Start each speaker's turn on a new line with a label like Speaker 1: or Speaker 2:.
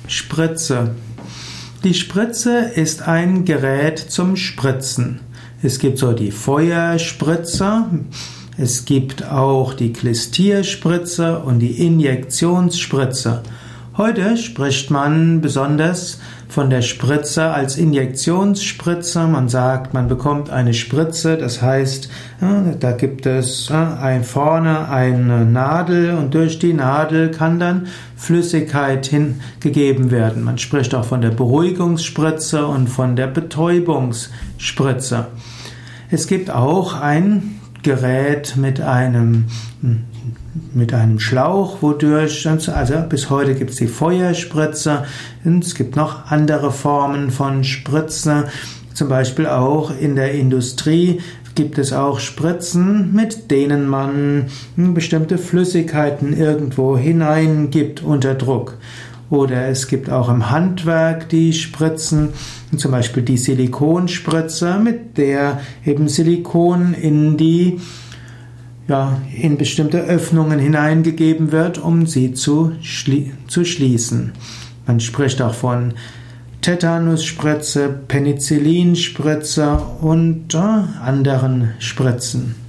Speaker 1: Spritze. Die Spritze ist ein Gerät zum Spritzen. Es gibt so die Feuerspritze, es gibt auch die Klistierspritze und die Injektionsspritze. Heute spricht man besonders von der Spritze als Injektionsspritze. Man sagt, man bekommt eine Spritze, das heißt, da gibt es vorne eine Nadel und durch die Nadel kann dann Flüssigkeit hingegeben werden. Man spricht auch von der Beruhigungsspritze und von der Betäubungsspritze. Es gibt auch ein Gerät mit einem Schlauch, wodurch, also bis heute gibt es die Feuerspritze, und es gibt noch andere Formen von Spritze, zum Beispiel auch in der Industrie gibt es auch Spritzen, mit denen man bestimmte Flüssigkeiten irgendwo hineingibt unter Druck. Oder es gibt auch im Handwerk die Spritzen, zum Beispiel die Silikonspritze, mit der eben Silikon in bestimmte Öffnungen hineingegeben wird, um sie zu schließen. Man spricht auch von Tetanusspritze, Penicillinspritze und anderen Spritzen.